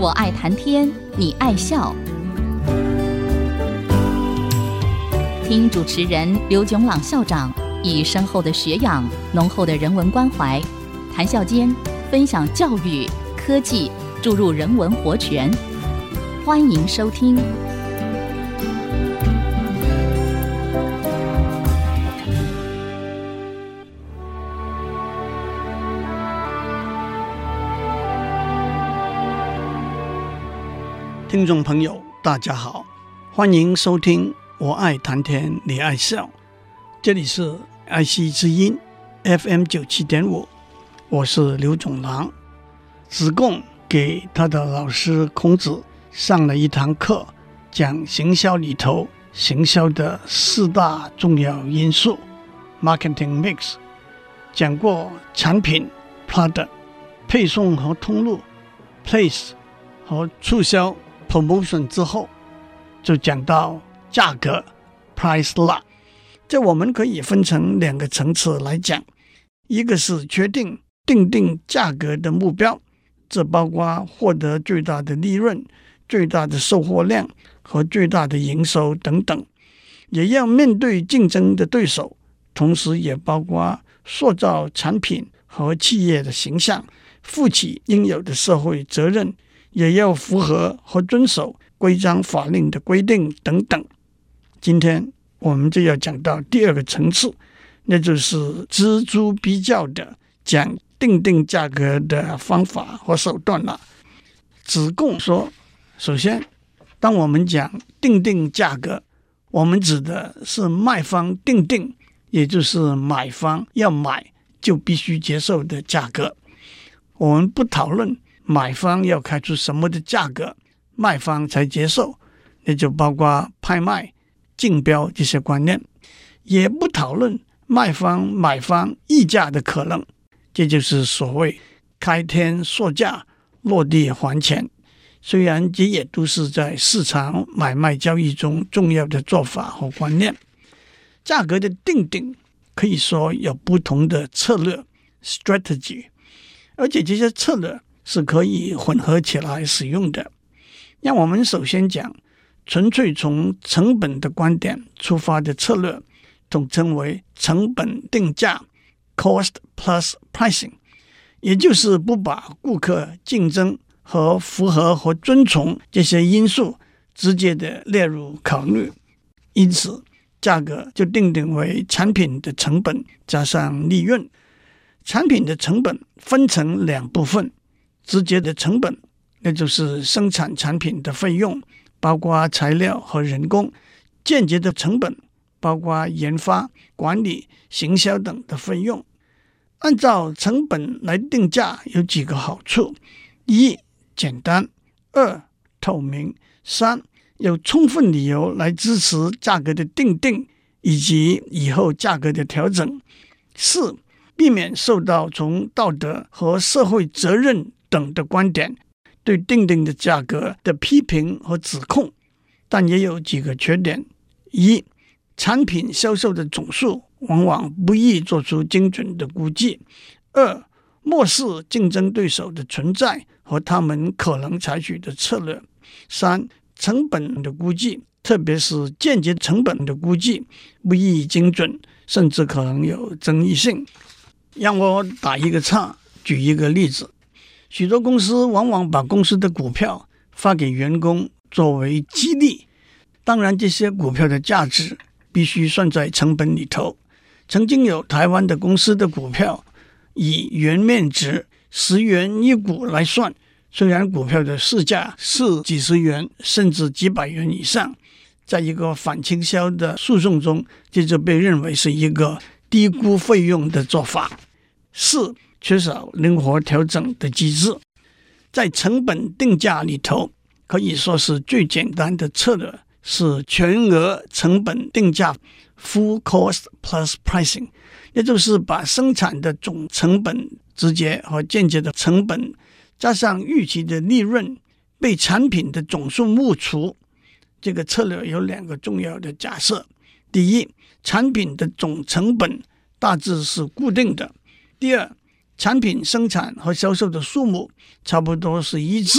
我爱谈天，你爱笑。听主持人刘炯朗校长以深厚的学养、浓厚的人文关怀，谈笑间分享教育、科技，注入人文活泉。欢迎收听。 听众朋友大家好，欢迎收听我爱谈天你爱笑，这里是爱惜之音 FM97.5， 我是刘炯朗。子贡给他的老师孔子上了一堂课，讲行销里头行销的4大重要因素 Marketing Mix， 讲过产品 Product， 配送和通路 Place 和促销Promotion 之后，就讲到价格 Price Log。 这我们可以分成2个层次来讲，一个是决定定价格的目标，这包括获得最大的利润、最大的售货量和最大的营收等等，也要面对竞争的对手，同时也包括塑造产品和企业的形象，负起应有的社会责任，也要符合和遵守规章法令的规定等等。今天我们就要讲到第2个层次，那就是锱铢必较的讲定价格的方法和手段了。子贡说，首先当我们讲定价格，我们指的是卖方定，也就是买方要买就必须接受的价格。我们不讨论买方要开出什么的价格卖方才接受，那就包括拍卖、竞标这些观念，也不讨论卖方买方议价的可能，这就是所谓开天说价，落地还钱。虽然这也都是在市场买卖交易中重要的做法和观念。价格的定可以说有不同的策略 strategy， 而且这些策略是可以混合起来使用的。让我们首先讲纯粹从成本的观点出发的策略，统称为成本定价 Cost Plus Pricing， 也就是不把顾客竞争和符合和遵从这些因素直接的列入考虑，因此价格就定为产品的成本加上利润。产品的成本分成2部分，直接的成本，那就是生产产品的费用，包括材料和人工；间接的成本包括研发、管理、行销等的费用。按照成本来定价有几个好处： 1. 简单； 2. 透明； 3. 有充分理由来支持价格的定以及以后价格的调整； 4. 避免受到从道德和社会责任等的观点对定的价格的批评和指控，但也有几个缺点： 1. 产品销售的总数往往不易做出精准的估计； 2. 漠视竞争对手的存在和他们可能采取的策略； 3. 成本的估计，特别是间接成本的估计不易精准，甚至可能有争议性。让我打一个岔，举一个例子。许多公司往往把公司的股票发给员工作为激励，当然这些股票的价值必须算在成本里头。曾经有台湾的公司的股票以原面值10元一股来算，虽然股票的市价是几十元甚至几百元以上，在一个反倾销的诉讼中，这就被认为是一个低估费用的做法。4. 缺少灵活调整的机制。在成本定价里头，可以说是最简单的策略是全额成本定价 Full Cost Plus Pricing， 也就是把生产的总成本、直接和间接的成本加上预期的利润被产品的总数目除。这个策略有2个重要的假设：第一，产品的总成本大致是固定的；第二，产品生产和销售的数目差不多是一致，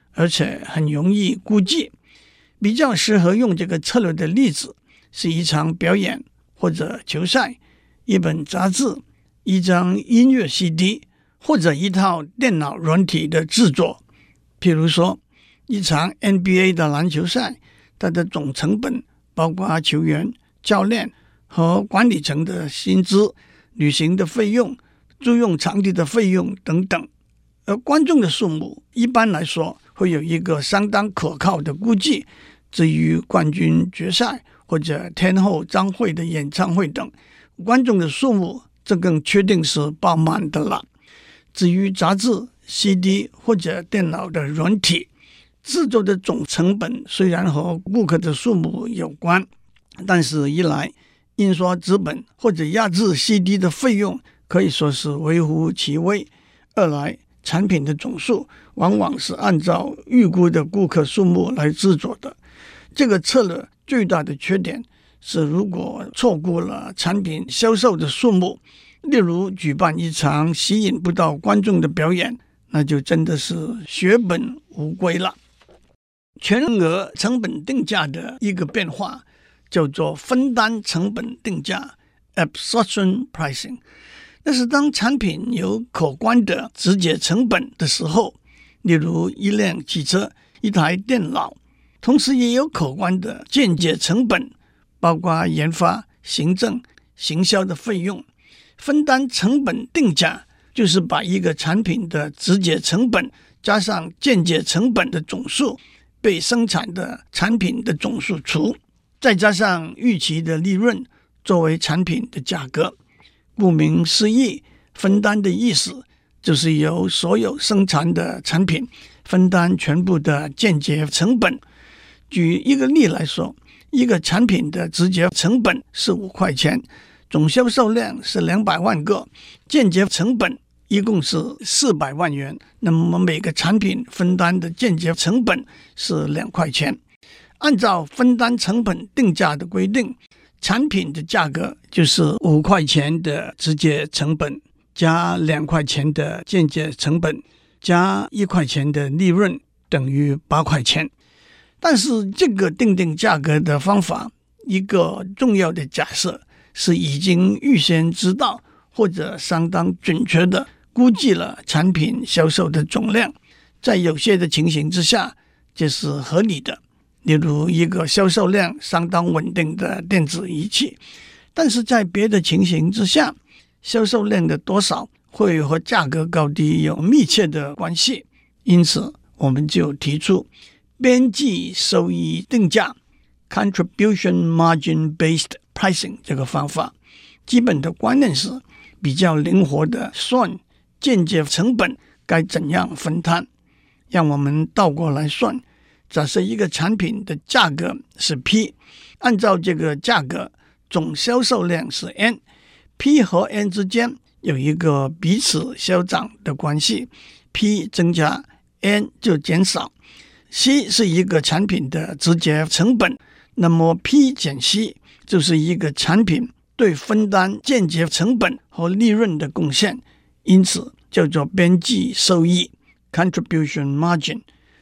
而且很容易估计。比较适合用这个策略的例子是一场表演或者球赛、一本杂志、一张音乐 CD 或者一套电脑软体的制作。譬如说，一场 NBA 的篮球赛，它的总成本包括球员、教练和管理层的薪资、旅行的费用、租用场地的费用等等。而观众的数目一般来说会有一个相当可靠的估计。至于冠军决赛或者天后张惠的演唱会等，观众的数目这更确定是爆满的了。至于杂志、CD 或者电脑的软体，制作的总成本虽然和顾客的数目有关，但是一来印刷纸本或者压制 CD 的费用可以说是微乎其微，二来产品的总数往往是按照预估的顾客数目来制作的。这个策略最大的缺点是，如果错过了产品销售的数目，例如举办一场吸引不到观众的表演，那就真的是血本无归了。全额成本定价的一个变化叫做分担成本定价 absorption pricing， 那是当产品有可观的直接成本的时候，例如一辆汽车、一台电脑，同时也有可观的间接成本，包括研发、行政、行销的费用。分担成本定价就是把一个产品的直接成本加上间接成本的总数，被生产的产品的总数除，再加上预期的利润作为产品的价格。顾名思义，分担的意思就是由所有生产的产品分担全部的间接成本。举一个例来说，一个产品的直接成本是5块钱，总销售量是200万个，间接成本一共是400万元，那么每个产品分担的间接成本是2块钱。按照分担成本定价的规定，产品的价格就是5块钱的直接成本加2块钱的间接成本加1块钱的利润等于8块钱。但是这个定价格的方法，一个重要的假设是已经预先知道或者相当准确的估计了产品销售的总量，在有些的情形之下这是合理的，例如一个销售量相当稳定的电子仪器。但是在别的情形之下，销售量的多少会和价格高低有密切的关系，因此我们就提出边际收益定价 Contribution Margin Based Pricing 这个方法。基本的观念是比较灵活的算间接成本该怎样分摊。让我们倒过来算，假设一个产品的价格是 P， 按照这个价格总销售量是 N， P 和 N 之间有一个彼此消长的关系， P 增加 N 就减少。C 是一个产品的直接成本，那么 P 减 C 就是一个产品对分担间接成本和利润的贡献，因此叫做边际收益 Contribution Margin。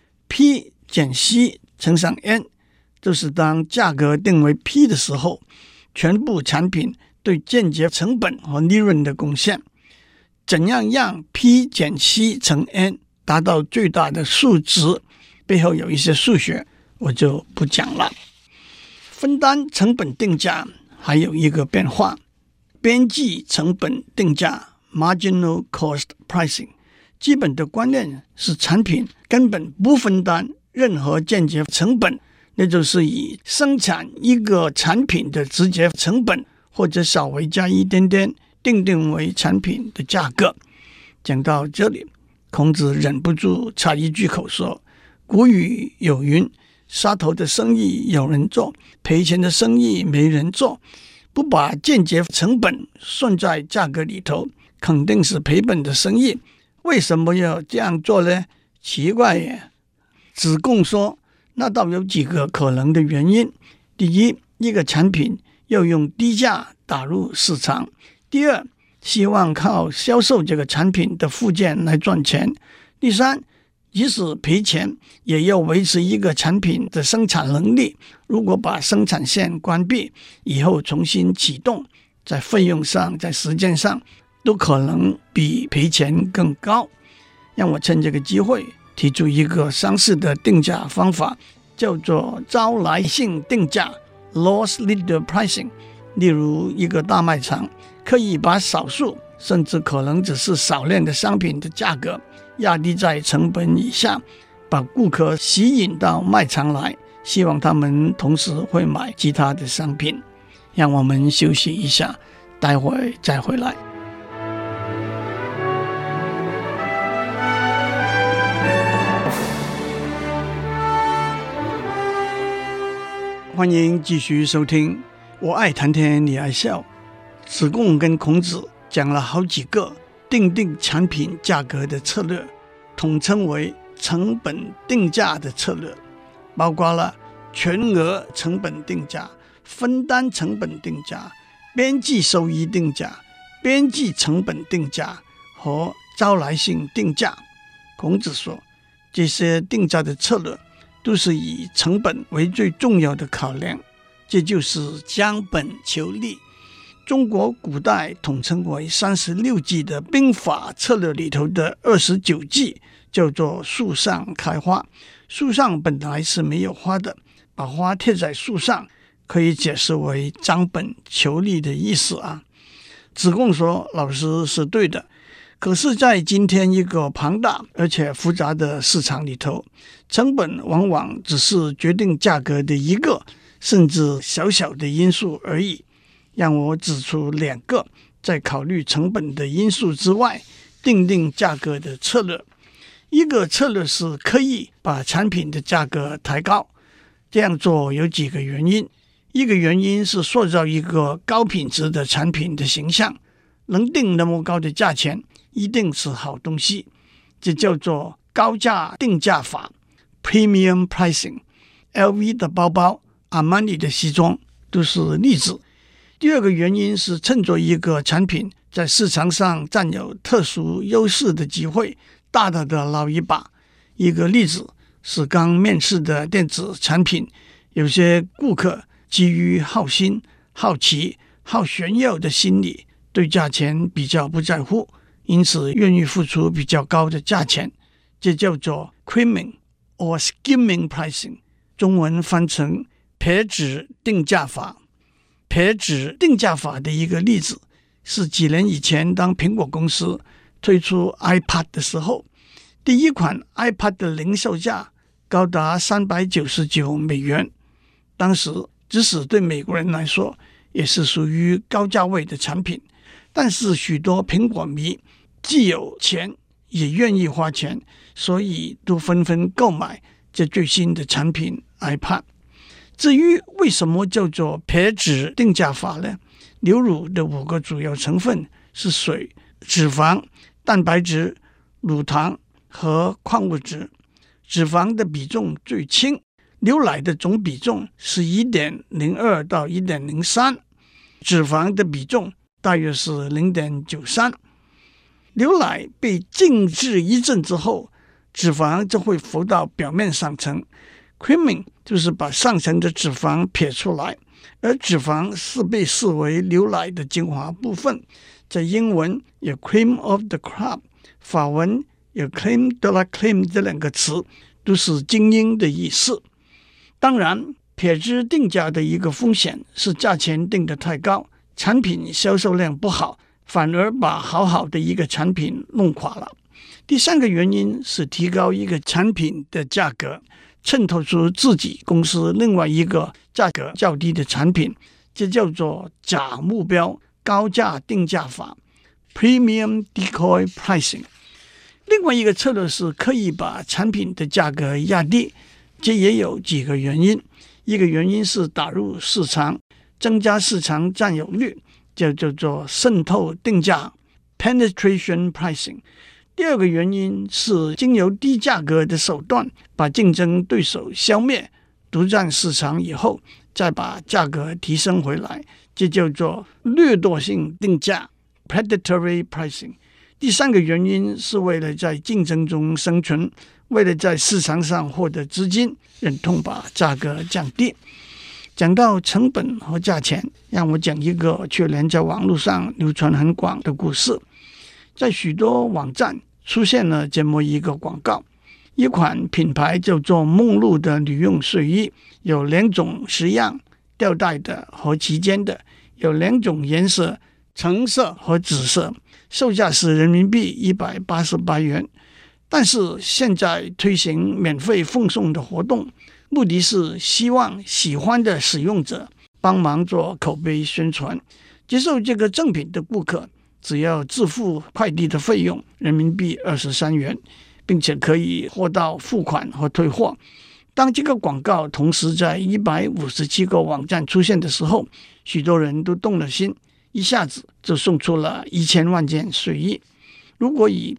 P 减 C 乘上 N 就是当价格定为 P 的时候，全部产品对间接成本和利润的贡献。怎样让 P 减 C 乘 N 达到最大的数值，背后有一些数学，我就不讲了。分担成本定价还有一个变化，边际成本定价 Marginal Cost Pricing。 基本的观念是产品根本不分担任何间接成本，那就是以生产一个产品的直接成本或者稍微加一点点定为产品的价格。讲到这里，孔子忍不住插一句口说，古语有云，杀头的生意有人做，赔钱的生意没人做。不把间接成本算在价格里头，肯定是赔本的生意。为什么要这样做呢？奇怪耶。子贡说，那倒有几个可能的原因。第一，一个产品要用低价打入市场；第二，希望靠销售这个产品的附件来赚钱；第三， 即使赔钱，也要维持一个产品的生产能力。如果把生产线关闭以后重新启动，在费用上，在时间上都可能比赔钱更高。让我趁这个机会提出一个相似的定价方法，叫做招来性定价 （loss leader pricing）。例如，一个大卖场可以把少数甚至可能只是少量的商品的价格压低在成本以下，把顾客吸引到卖场来，希望他们同时会买其他的商品。让我们休息一下，待会再回来。欢迎继续收听，我爱谈天你爱笑。子贡跟孔子讲了好几个定产品价格的策略，统称为成本定价的策略，包括了全额成本定价、分担成本定价、边际收益定价、边际成本定价和招来性定价。孔子说，这些定价的策略都是以成本为最重要的考量，这就是将本求利。中国古代统称为36计的兵法策略里头的29计叫做树上开花。树上本来是没有花的，把花贴在树上，可以解释为将本求利的意思啊。子贡说，老师是对的，可是在今天一个庞大而且复杂的市场里头，成本往往只是决定价格的一个甚至小小的因素而已。让我指出2个在考虑成本的因素之外定价格的策略。一个策略是刻意把产品的价格抬高，这样做有几个原因。一个原因是塑造一个高品质的产品的形象，能定那么高的价钱一定是好东西，这叫做高价定价法 （Premium Pricing）。LV 的包包、阿玛尼的西装都是例子。第二个原因是趁着一个产品在市场上占有特殊优势的机会，大大的捞一把。一个例子是刚面世的电子产品，有些顾客基于好心、好奇、好炫耀的心理，对价钱比较不在乎，因此愿意付出比较高的价钱，这叫做 creaming or skimming pricing， 中文翻成撇脂定价法。撇脂定价法的一个例子是几年以前，当苹果公司推出 iPad 的时候，第一款 iPad 的零售价高达$399，当时即使对美国人来说也是属于高价位的产品，但是许多苹果迷既有钱也愿意花钱，所以都纷纷购买这最新的产品 iPad。至于为什么叫做撇脂定价法呢？牛乳的5个主要成分是水、脂肪、蛋白质、乳糖和矿物质。脂肪的比重最轻，牛奶的总比重是 1.02 到 1.03， 脂肪的比重大约是 0.93。 牛奶被静置一阵之后，脂肪就会浮到表面上层。Creaming 就是把上层的脂肪撇出来，而脂肪是被视为牛奶的精华部分。在英文有 cream of the crop， 法文有 crème de la crème， 这2个词都是精英的意思。当然，撇脂定价的一个风险是价钱定得太高，产品销售量不好，反而把好的一个产品弄垮了。第3个原因是提高一个产品的价格，衬托出自己公司另外一个价格较低的产品，这叫做假目标高价定价法 （Premium Decoy Pricing）。另外一个策略是刻意把产品的价格压低，这也有几个原因。一个原因是打入市场，增加市场占有率，这叫做渗透定价 （Penetration Pricing）。第2个原因是经由低价格的手段把竞争对手消灭，独占市场以后再把价格提升回来，这叫做掠夺性定价 （Predatory Pricing）。 第三个原因是为了在竞争中生存，为了在市场上获得资金，忍痛把价格降低。讲到成本和价钱，让我讲一个去年在网络上流传很广的故事。在许多网站出现了这么一个广告，一款品牌叫做梦露的女用睡衣，有2种式样，吊带的和齐肩的，有2种颜色，橙色和紫色，售价是人民币188元。但是现在推行免费奉送的活动，目的是希望喜欢的使用者帮忙做口碑宣传。接受这个赠品的顾客只要自付快递的费用人民币23元，并且可以货到付款和退货。当这个广告同时在157个网站出现的时候，许多人都动了心，一下子就送出了1000万件睡衣。如果以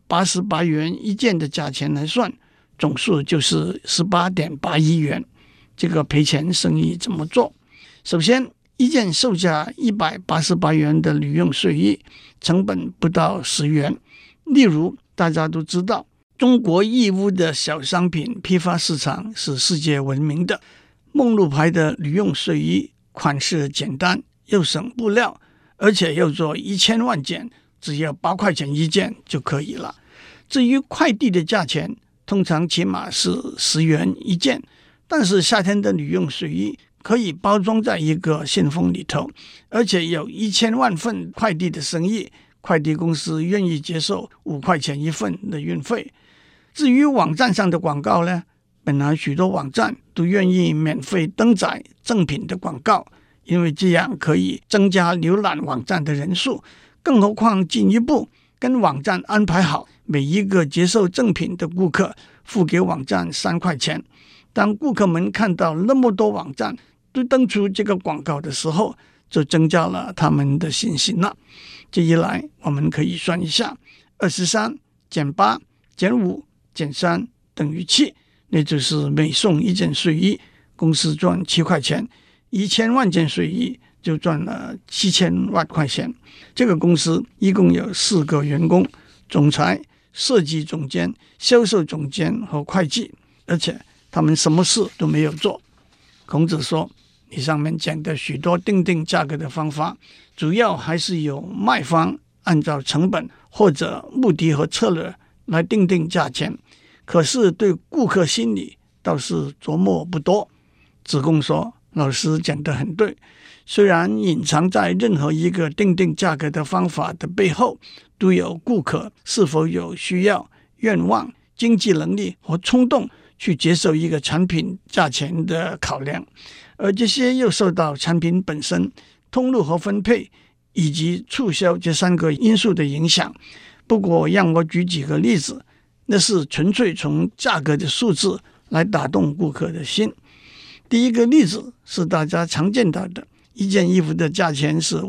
188元一件的价钱来算，总数就是18.8亿元。这个赔钱生意怎么做？首先，一件售价188元的女用睡衣，成本不到10元。例如，大家都知道，中国义乌的小商品批发市场是世界闻名的。梦露牌的女用睡衣款式简单，又省布料，而且要做1000万件，只要8块钱一件就可以了。至于快递的价钱，通常起码是10元一件，但是夏天的女用睡衣可以包装在一个信封里头，而且有1000万份快递的生意，快递公司愿意接受5块钱一份的运费。至于网站上的广告呢，本来许多网站都愿意免费登载赠品的广告，因为这样可以增加浏览网站的人数。更何况进一步跟网站安排好，每一个接受赠品的顾客付给网站3块钱。当顾客们看到那么多网站都登出这个广告的时候，就增加了他们的信心了。这一来，我们可以算一下，23减8减5减3等于7，那就是每送一件睡衣，公司赚7块钱，1000万件睡衣就赚了7000万块钱。这个公司一共有4个员工，总裁、设计总监、销售总监和会计，而且他们什么事都没有做。孔子说，你上面讲的许多定价格的方法，主要还是由卖方按照成本或者目的和策略来定价钱，可是对顾客心理倒是琢磨不多。子贡说，老师讲得很对，虽然隐藏在任何一个定价格的方法的背后，都有顾客是否有需要、愿望、经济能力和冲动去接受一个产品价钱的考量，而这些又受到产品本身、通路和分配以及促销这3个因素的影响。不过让我举几个例子，那是纯粹从价格的数字来打动顾客的心。第一个例子是大家常见到的，一件衣服的价钱是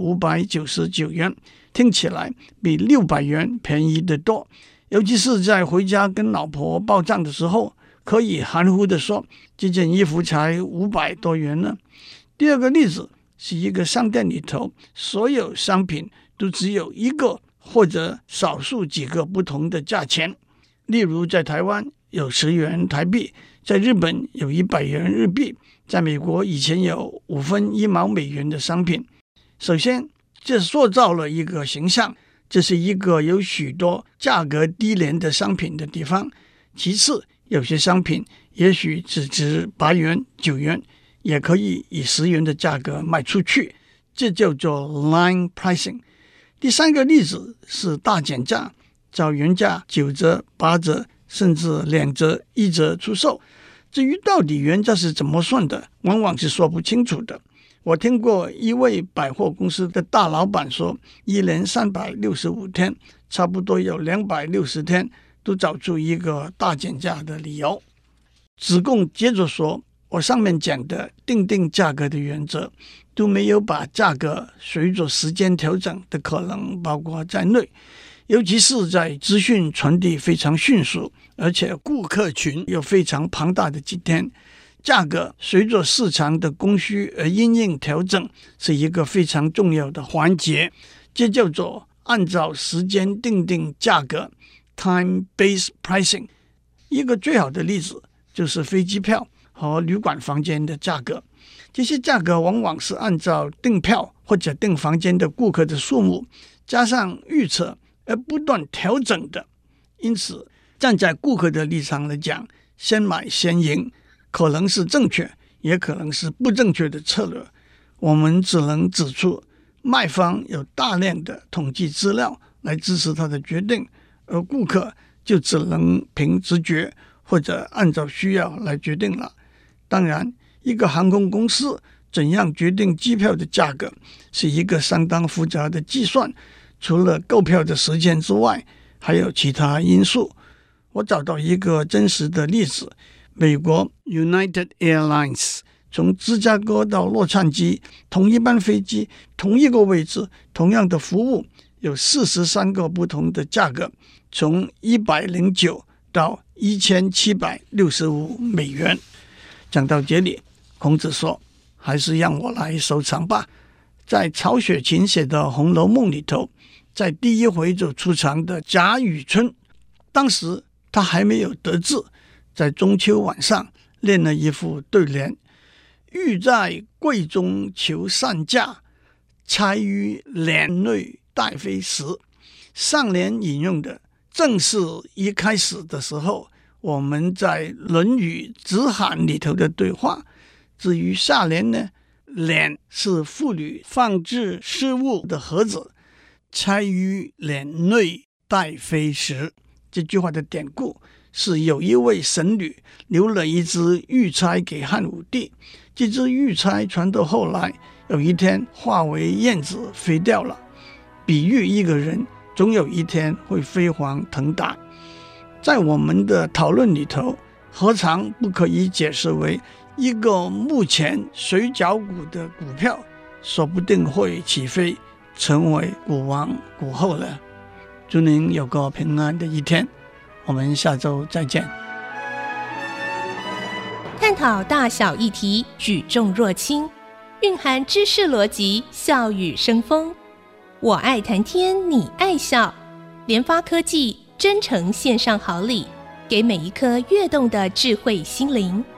599元，听起来比600元便宜得多，尤其是在回家跟老婆报账的时候，可以含糊的说这件衣服才500多元呢。第二个例子是一个商店里头，所有商品都只有一个或者少数几个不同的价钱。例如在台湾有10元台币，在日本有100元日币，在美国以前有5分1毛美元的商品。首先，这塑造了一个形象，这是一个有许多价格低廉的商品的地方。其次，有些商品也许只值8元、9元，也可以以10元的价格卖出去，这叫做 line pricing。 第三个例子是大减价，照原价9折、8折甚至2折、1折出售。至于到底原价是怎么算的，往往是说不清楚的。我听过一位百货公司的大老板说，一年365天，差不多有260天都找出一个大减价的理由。子贡接着说，我上面讲的定价格的原则都没有把价格随着时间调整的可能包括在内，尤其是在资讯传递非常迅速，而且顾客群又非常庞大的今天，价格随着市场的供需而因应调整，是一个非常重要的环节。这叫做按照时间定定价格 （time-based pricing）。一个最好的例子就是飞机票和旅馆房间的价格。这些价格往往是按照订票或者订房间的顾客的数目加上预测而不断调整的。因此，站在顾客的立场来讲，先买先赢可能是正确，也可能是不正确的策略。我们只能指出，卖方有大量的统计资料来支持他的决定，而顾客就只能凭直觉或者按照需要来决定了。当然，一个航空公司怎样决定机票的价格是一个相当复杂的计算，除了购票的时间之外，还有其他因素。我找到一个真实的例子，美国 United Airlines 从芝加哥到洛杉矶，同一班飞机，同一个位置，同样的服务，有43个不同的价格，从109到1765美元。讲到这里，孔子说，还是让我来收场吧。在曹雪芹写的《红楼梦》里头，在第一回就出场的贾雨村，当时他还没有得志，在中秋晚上练了一副对联：欲在闺中求善价，钗于帘内待飞时。上联引用的正是一开始的时候我们在《论语子罕》里头的对话。至于下联呢，帘是妇女放置饰物的盒子，钗于帘内待飞时。这句话的典故是有一位神女留了一只玉钗给汉武帝，这只玉钗传到后来，有一天化为燕子飞掉了，比喻一个人总有一天会飞黄腾达。在我们的讨论里头，何尝不可以解释为一个目前水饺股的股票说不定会起飞，成为股王股后了。祝您有个平安的一天，我们下周再见。 探讨大小议题，举重若轻，蕴含知识逻辑，笑语生风。我爱谈天，你爱笑。联发科技真诚献上好礼，给每一颗跃动的智慧心灵。